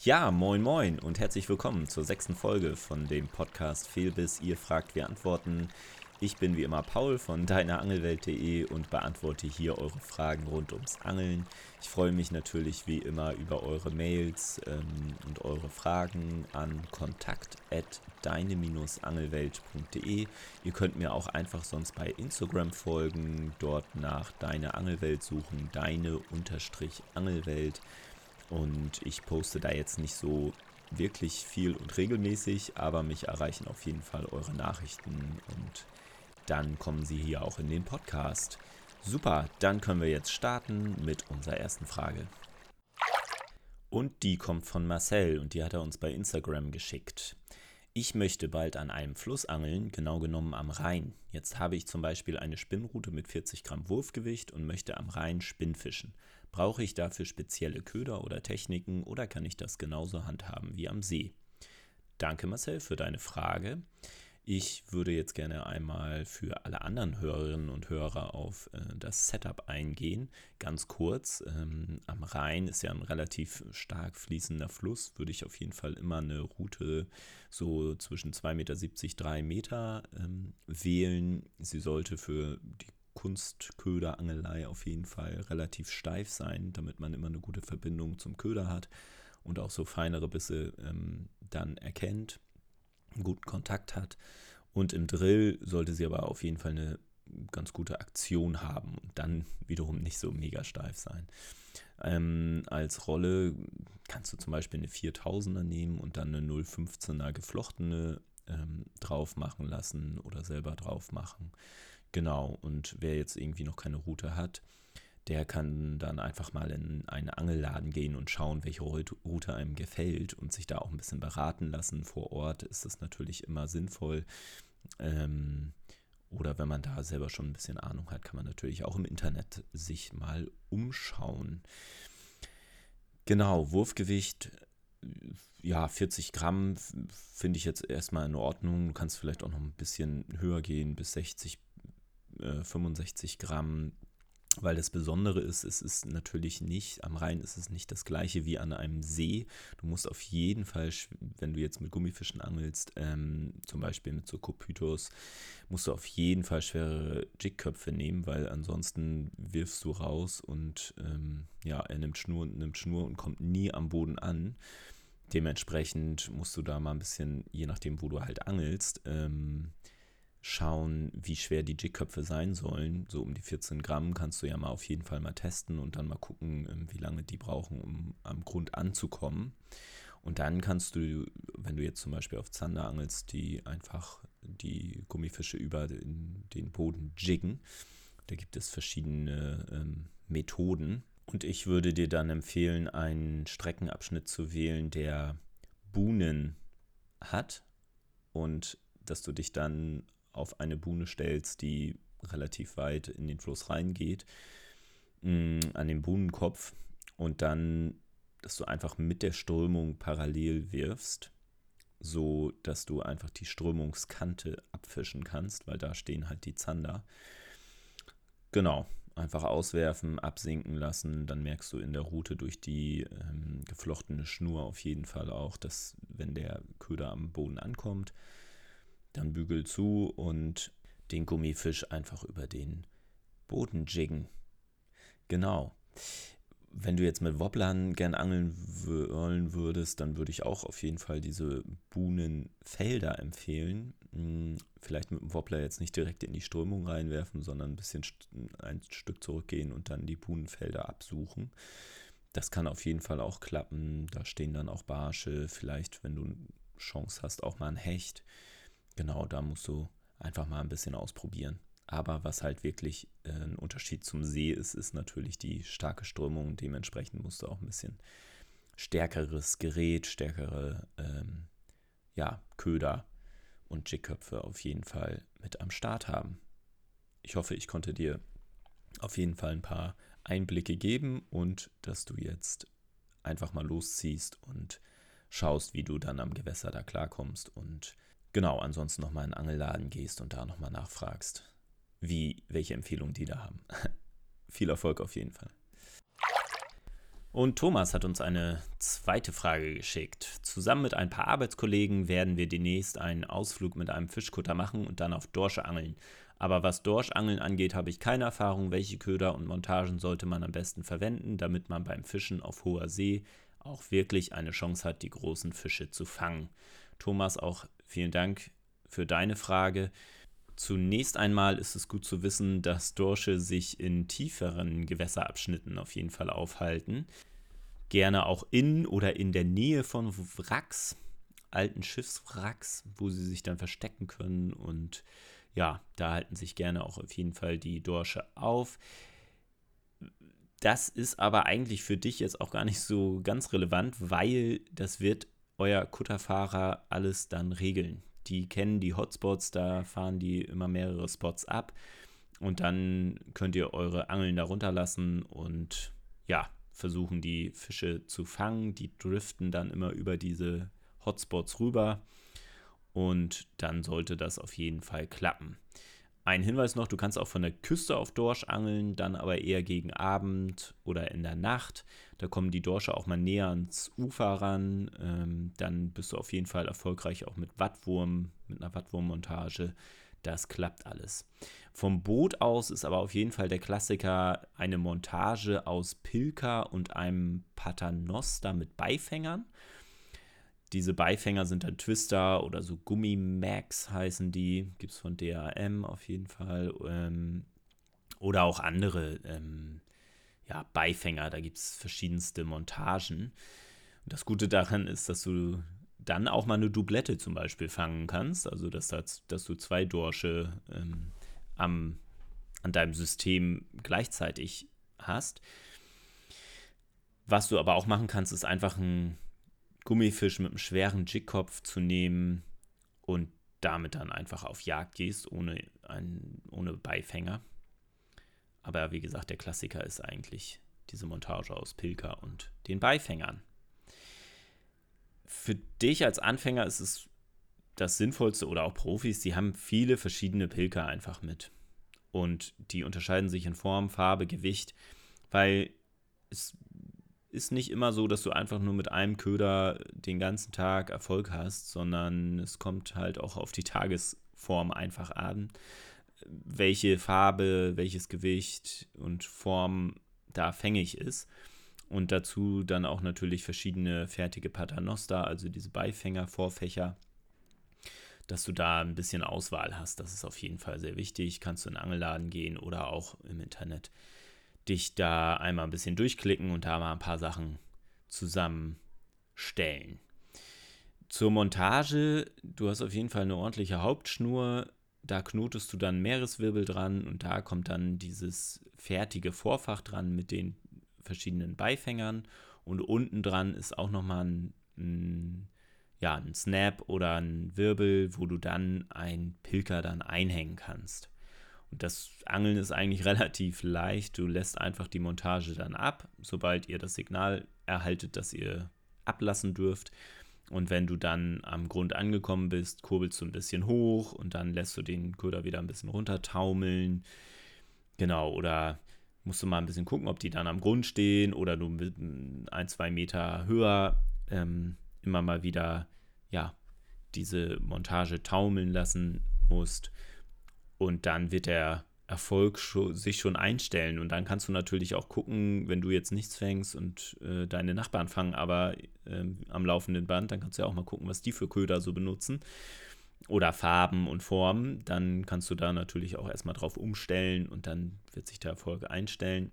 Ja, moin moin und herzlich willkommen zur 6. Folge von dem Podcast Fehlbiss, ihr fragt, wir antworten. Ich bin wie immer Paul von deineangelwelt.de und beantworte hier eure Fragen rund ums Angeln. Ich freue mich natürlich wie immer über eure Mails und eure Fragen an kontakt@deine-angelwelt.de. Ihr könnt mir auch einfach sonst bei Instagram folgen, dort nach Deine Angelwelt suchen, Deine-Angelwelt. Und ich poste da jetzt nicht so wirklich viel und regelmäßig, aber mich erreichen auf jeden Fall eure Nachrichten und dann kommen sie hier auch in den Podcast. Super, dann können wir jetzt starten mit unserer ersten Frage. Und die kommt von Marcel und die hat er uns bei Instagram geschickt. Ich möchte bald an einem Fluss angeln, genau genommen am Rhein. Jetzt habe ich zum Beispiel eine Spinnrute mit 40 Gramm Wurfgewicht und möchte am Rhein Spinnfischen. Brauche ich dafür spezielle Köder oder Techniken oder kann ich das genauso handhaben wie am See? Danke Marcel für deine Frage. Ich würde jetzt gerne einmal für alle anderen Hörerinnen und Hörer auf das Setup eingehen. Ganz kurz, am Rhein ist ja ein relativ stark fließender Fluss, würde ich auf jeden Fall immer eine Route so zwischen 2,70 Meter, 3 Meter wählen. Sie sollte für die Kunstköderangelei auf jeden Fall relativ steif sein, damit man immer eine gute Verbindung zum Köder hat und auch so feinere Bisse dann erkennt, einen guten Kontakt hat. Und im Drill sollte sie aber auf jeden Fall eine ganz gute Aktion haben und dann wiederum nicht so mega steif sein. Als Rolle kannst du zum Beispiel eine 4000er nehmen und dann eine 0,15er geflochtene drauf machen lassen oder selber drauf machen. Genau, und wer jetzt irgendwie noch keine Route hat, der kann dann einfach mal in einen Angelladen gehen und schauen, welche Route einem gefällt und sich da auch ein bisschen beraten lassen. Vor Ort ist das natürlich immer sinnvoll. Oder wenn man da selber schon ein bisschen Ahnung hat, kann man natürlich auch im Internet sich mal umschauen. Genau, Wurfgewicht, ja, 40 Gramm finde ich jetzt erstmal in Ordnung. Du kannst vielleicht auch noch ein bisschen höher gehen, bis 60, 65 Gramm. Weil das Besondere ist, es ist natürlich nicht, am Rhein ist es nicht das gleiche wie an einem See. Du musst auf jeden Fall, wenn du jetzt mit Gummifischen angelst, zum Beispiel mit so Kopytos, musst du auf jeden Fall schwere Jigköpfe nehmen, weil ansonsten wirfst du raus und er nimmt Schnur und kommt nie am Boden an. Dementsprechend musst du da mal ein bisschen, je nachdem wo du halt angelst, schauen, wie schwer die Jigköpfe sein sollen. So um die 14 Gramm kannst du ja mal auf jeden Fall mal testen und dann mal gucken, wie lange die brauchen, um am Grund anzukommen. Und dann kannst du, wenn du jetzt zum Beispiel auf Zander angelst, die Gummifische über den Boden jiggen. Da gibt es verschiedene Methoden. Und ich würde dir dann empfehlen, einen Streckenabschnitt zu wählen, der Buhnen hat und dass du dich dann auf eine Buhne stellst, die relativ weit in den Fluss reingeht, an den Buhnenkopf und dann, dass du einfach mit der Strömung parallel wirfst, so dass du einfach die Strömungskante abfischen kannst, weil da stehen halt die Zander. Genau, einfach auswerfen, absinken lassen, dann merkst du in der Route durch die geflochtene Schnur auf jeden Fall auch, dass wenn der Köder am Boden ankommt, dann Bügel zu und den Gummifisch einfach über den Boden jiggen. Genau. Wenn du jetzt mit Wobblern gern angeln wollen würdest, dann würde ich auch auf jeden Fall diese Buhnenfelder empfehlen. Vielleicht mit dem Wobbler jetzt nicht direkt in die Strömung reinwerfen, sondern ein Stück zurückgehen und dann die Buhnenfelder absuchen. Das kann auf jeden Fall auch klappen. Da stehen dann auch Barsche, vielleicht, wenn du eine Chance hast, auch mal ein Hecht. Genau, da musst du einfach mal ein bisschen ausprobieren. Aber was halt wirklich ein Unterschied zum See ist, ist natürlich die starke Strömung. Dementsprechend musst du auch ein bisschen stärkeres Gerät, stärkere Köder und Jigköpfe auf jeden Fall mit am Start haben. Ich hoffe, ich konnte dir auf jeden Fall ein paar Einblicke geben und dass du jetzt einfach mal losziehst und schaust, wie du dann am Gewässer da klarkommst und genau, ansonsten nochmal in den Angelladen gehst und da nochmal nachfragst, welche Empfehlungen die da haben. Viel Erfolg auf jeden Fall. Und Thomas hat uns eine zweite Frage geschickt. Zusammen mit ein paar Arbeitskollegen werden wir demnächst einen Ausflug mit einem Fischkutter machen und dann auf Dorsche angeln. Aber was Dorschangeln angeht, habe ich keine Erfahrung. Welche Köder und Montagen sollte man am besten verwenden, damit man beim Fischen auf hoher See auch wirklich eine Chance hat, die großen Fische zu fangen? Thomas, auch vielen Dank für deine Frage. Zunächst einmal ist es gut zu wissen, dass Dorsche sich in tieferen Gewässerabschnitten auf jeden Fall aufhalten. Gerne auch in oder in der Nähe von Wracks, alten Schiffswracks, wo sie sich dann verstecken können. Und ja, da halten sich gerne auch auf jeden Fall die Dorsche auf. Das ist aber eigentlich für dich jetzt auch gar nicht so ganz relevant, weil das wird euer Kutterfahrer alles dann regeln. Die kennen die Hotspots, da fahren die immer mehrere Spots ab und dann könnt ihr eure Angeln da runterlassen und ja, versuchen die Fische zu fangen. Die driften dann immer über diese Hotspots rüber und dann sollte das auf jeden Fall klappen. Ein Hinweis noch, du kannst auch von der Küste auf Dorsch angeln, dann aber eher gegen Abend oder in der Nacht. Da kommen die Dorsche auch mal näher ans Ufer ran. Dann bist du auf jeden Fall erfolgreich auch mit Wattwurm, mit einer Wattwurmmontage. Das klappt alles. Vom Boot aus ist aber auf jeden Fall der Klassiker eine Montage aus Pilker und einem Paternoster mit Beifängern. Diese Beifänger sind dann Twister oder so Gummimax heißen die. Gibt es von DAM auf jeden Fall. Oder auch andere Beifänger. Da gibt es verschiedenste Montagen. Und das Gute daran ist, dass du dann auch mal eine Doublette zum Beispiel fangen kannst. Also dass du zwei Dorsche an deinem System gleichzeitig hast. Was du aber auch machen kannst, ist einfach ein Gummifisch mit einem schweren Jigkopf zu nehmen und damit dann einfach auf Jagd gehst, ohne Beifänger. Aber wie gesagt, der Klassiker ist eigentlich diese Montage aus Pilker und den Beifängern. Für dich als Anfänger ist es das Sinnvollste oder auch Profis, die haben viele verschiedene Pilker einfach mit. Und die unterscheiden sich in Form, Farbe, Gewicht, weil es ist nicht immer so, dass du einfach nur mit einem Köder den ganzen Tag Erfolg hast, sondern es kommt halt auch auf die Tagesform einfach an, welche Farbe, welches Gewicht und Form da fängig ist. Und dazu dann auch natürlich verschiedene fertige Paternoster, also diese Beifänger, Vorfächer, dass du da ein bisschen Auswahl hast. Das ist auf jeden Fall sehr wichtig. Kannst du in den Angelladen gehen oder auch im Internet dich da einmal ein bisschen durchklicken und da mal ein paar Sachen zusammenstellen. Zur Montage, du hast auf jeden Fall eine ordentliche Hauptschnur, da knotest du dann Meereswirbel dran und da kommt dann dieses fertige Vorfach dran mit den verschiedenen Beifängern und unten dran ist auch nochmal ein Snap oder ein Wirbel, wo du dann einen Pilker dann einhängen kannst. Und das Angeln ist eigentlich relativ leicht. Du lässt einfach die Montage dann ab, sobald ihr das Signal erhaltet, dass ihr ablassen dürft. Und wenn du dann am Grund angekommen bist, kurbelst du ein bisschen hoch und dann lässt du den Köder wieder ein bisschen runtertaumeln. Genau, oder musst du mal ein bisschen gucken, ob die dann am Grund stehen oder du mit 1-2 Meter höher immer mal wieder diese Montage taumeln lassen musst. Und dann wird der Erfolg sich schon einstellen. Und dann kannst du natürlich auch gucken, wenn du jetzt nichts fängst und deine Nachbarn fangen aber am laufenden Band, dann kannst du ja auch mal gucken, was die für Köder so benutzen. Oder Farben und Formen. Dann kannst du da natürlich auch erstmal drauf umstellen und dann wird sich der Erfolg einstellen.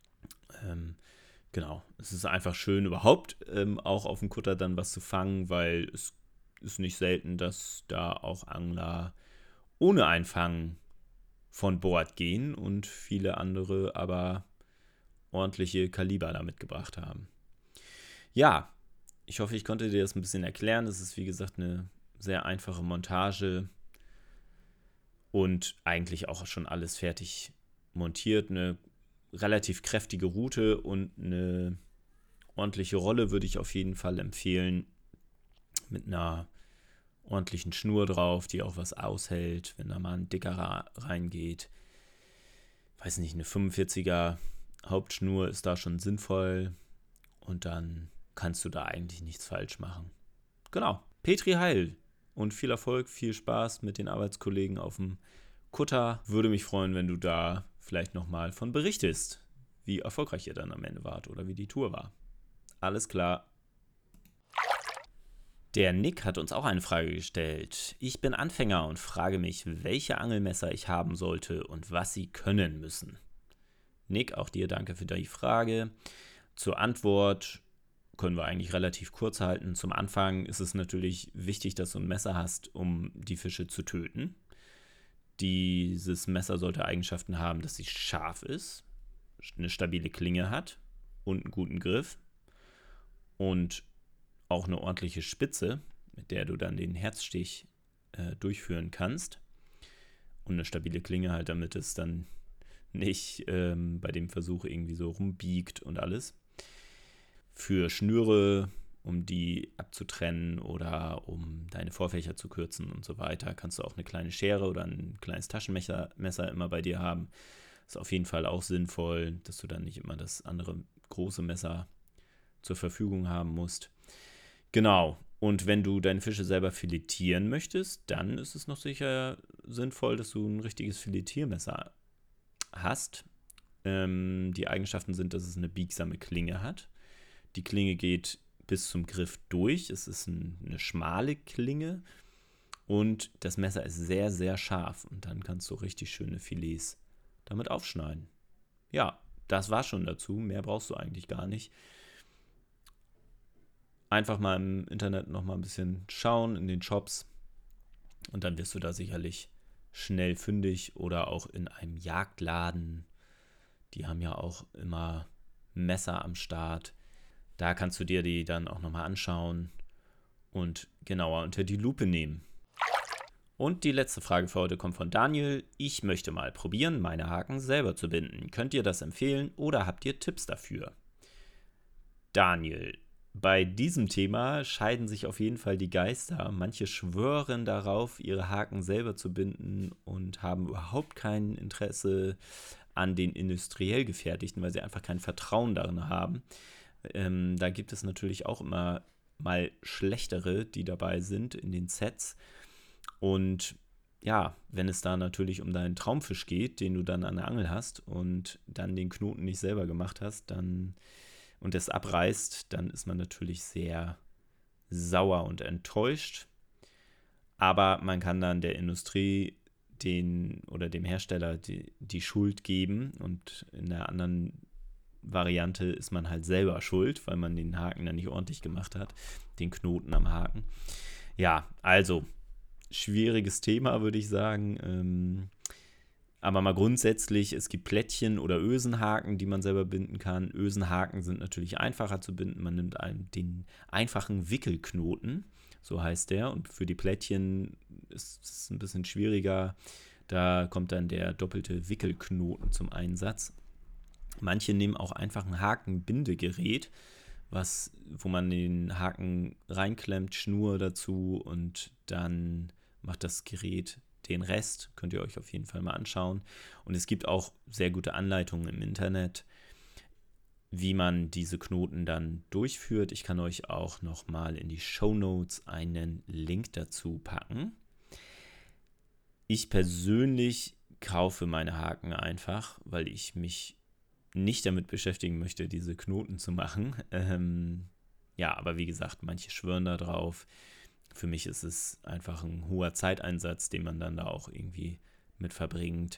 Genau, es ist einfach schön überhaupt auch auf dem Kutter dann was zu fangen, weil es ist nicht selten, dass da auch Angler ohne Einfangen von Bord gehen und viele andere aber ordentliche Kaliber da mitgebracht haben. Ja, ich hoffe, ich konnte dir das ein bisschen erklären. Es ist wie gesagt eine sehr einfache Montage und eigentlich auch schon alles fertig montiert. Eine relativ kräftige Route und eine ordentliche Rolle würde ich auf jeden Fall empfehlen. Mit einer ordentlichen Schnur drauf, die auch was aushält, wenn da mal ein dickerer reingeht. Weiß nicht, eine 45er Hauptschnur ist da schon sinnvoll und dann kannst du da eigentlich nichts falsch machen. Genau, Petri Heil und viel Erfolg, viel Spaß mit den Arbeitskollegen auf dem Kutter. Würde mich freuen, wenn du da vielleicht nochmal von berichtest, wie erfolgreich ihr dann am Ende wart oder wie die Tour war. Alles klar. Der Nick hat uns auch eine Frage gestellt. Ich bin Anfänger und frage mich, welche Angelmesser ich haben sollte und was sie können müssen. Nick, auch dir danke für die Frage. Zur Antwort können wir eigentlich relativ kurz halten. Zum Anfang ist es natürlich wichtig, dass du ein Messer hast, um die Fische zu töten. Dieses Messer sollte Eigenschaften haben, dass sie scharf ist, eine stabile Klinge hat und einen guten Griff und auch eine ordentliche Spitze, mit der du dann den Herzstich durchführen kannst. Und eine stabile Klinge halt, damit es dann nicht bei dem Versuch irgendwie so rumbiegt und alles. Für Schnüre, um die abzutrennen oder um deine Vorfächer zu kürzen und so weiter, kannst du auch eine kleine Schere oder ein kleines Taschenmesser immer bei dir haben. Ist auf jeden Fall auch sinnvoll, dass du dann nicht immer das andere große Messer zur Verfügung haben musst. Genau, und wenn du deine Fische selber filetieren möchtest, dann ist es noch sicher sinnvoll, dass du ein richtiges Filetiermesser hast. Die Eigenschaften sind, dass es eine biegsame Klinge hat. Die Klinge geht bis zum Griff durch. Es ist eine schmale Klinge und das Messer ist sehr, sehr scharf. Und dann kannst du richtig schöne Filets damit aufschneiden. Ja, das war schon dazu. Mehr brauchst du eigentlich gar nicht. Einfach mal im Internet noch mal ein bisschen schauen in den Shops und dann wirst du da sicherlich schnell fündig oder auch in einem Jagdladen. Die haben ja auch immer Messer am Start. Da kannst du dir die dann auch nochmal anschauen und genauer unter die Lupe nehmen. Und die letzte Frage für heute kommt von Daniel. Ich möchte mal probieren, meine Haken selber zu binden. Könnt ihr das empfehlen oder habt ihr Tipps dafür? Daniel, bei diesem Thema scheiden sich auf jeden Fall die Geister. Manche schwören darauf, ihre Haken selber zu binden und haben überhaupt kein Interesse an den industriell gefertigten, weil sie einfach kein Vertrauen darin haben. Da gibt es natürlich auch immer mal schlechtere, die dabei sind in den Sets. Und ja, wenn es da natürlich um deinen Traumfisch geht, den du dann an der Angel hast und dann den Knoten nicht selber gemacht hast, dann und es abreißt, dann ist man natürlich sehr sauer und enttäuscht. Aber man kann dann der Industrie dem Hersteller die Schuld geben und in der anderen Variante ist man halt selber schuld, weil man den Haken dann nicht ordentlich gemacht hat, den Knoten am Haken. Ja, also schwieriges Thema, würde ich sagen. Aber mal grundsätzlich, es gibt Plättchen oder Ösenhaken, die man selber binden kann. Ösenhaken sind natürlich einfacher zu binden. Man nimmt den einfachen Wickelknoten, so heißt der. Und für die Plättchen ist es ein bisschen schwieriger. Da kommt dann der doppelte Wickelknoten zum Einsatz. Manche nehmen auch einfach ein Hakenbindegerät, wo man den Haken reinklemmt, Schnur dazu und dann macht das Gerät den Rest. Könnt ihr euch auf jeden Fall mal anschauen. Und es gibt auch sehr gute Anleitungen im Internet, wie man diese Knoten dann durchführt. Ich kann euch auch nochmal in die Shownotes einen Link dazu packen. Ich persönlich kaufe meine Haken einfach, weil ich mich nicht damit beschäftigen möchte, diese Knoten zu machen. Ja, aber wie gesagt, manche schwören da drauf. Für mich ist es einfach ein hoher Zeiteinsatz, den man dann da auch irgendwie mit verbringt.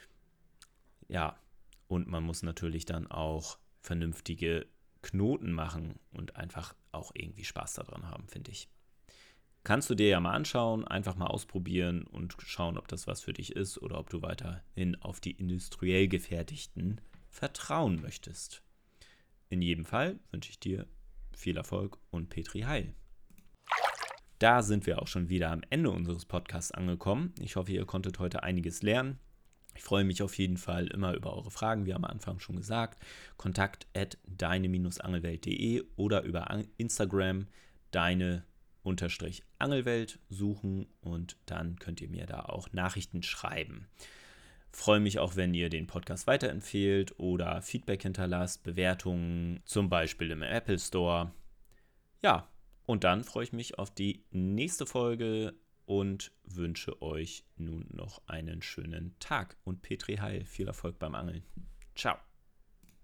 Ja, und man muss natürlich dann auch vernünftige Knoten machen und einfach auch irgendwie Spaß daran haben, finde ich. Kannst du dir ja mal anschauen, einfach mal ausprobieren und schauen, ob das was für dich ist oder ob du weiterhin auf die industriell gefertigten vertrauen möchtest. In jedem Fall wünsche ich dir viel Erfolg und Petri Heil. Da sind wir auch schon wieder am Ende unseres Podcasts angekommen. Ich hoffe, ihr konntet heute einiges lernen. Ich freue mich auf jeden Fall immer über eure Fragen, wie am Anfang schon gesagt. kontakt@deine-angelwelt.de oder über Instagram deine-angelwelt suchen und dann könnt ihr mir da auch Nachrichten schreiben. Freue mich auch, wenn ihr den Podcast weiterempfehlt oder Feedback hinterlasst, Bewertungen, zum Beispiel im Apple Store. Ja, und dann freue ich mich auf die nächste Folge und wünsche euch nun noch einen schönen Tag. Und Petri Heil, viel Erfolg beim Angeln. Ciao.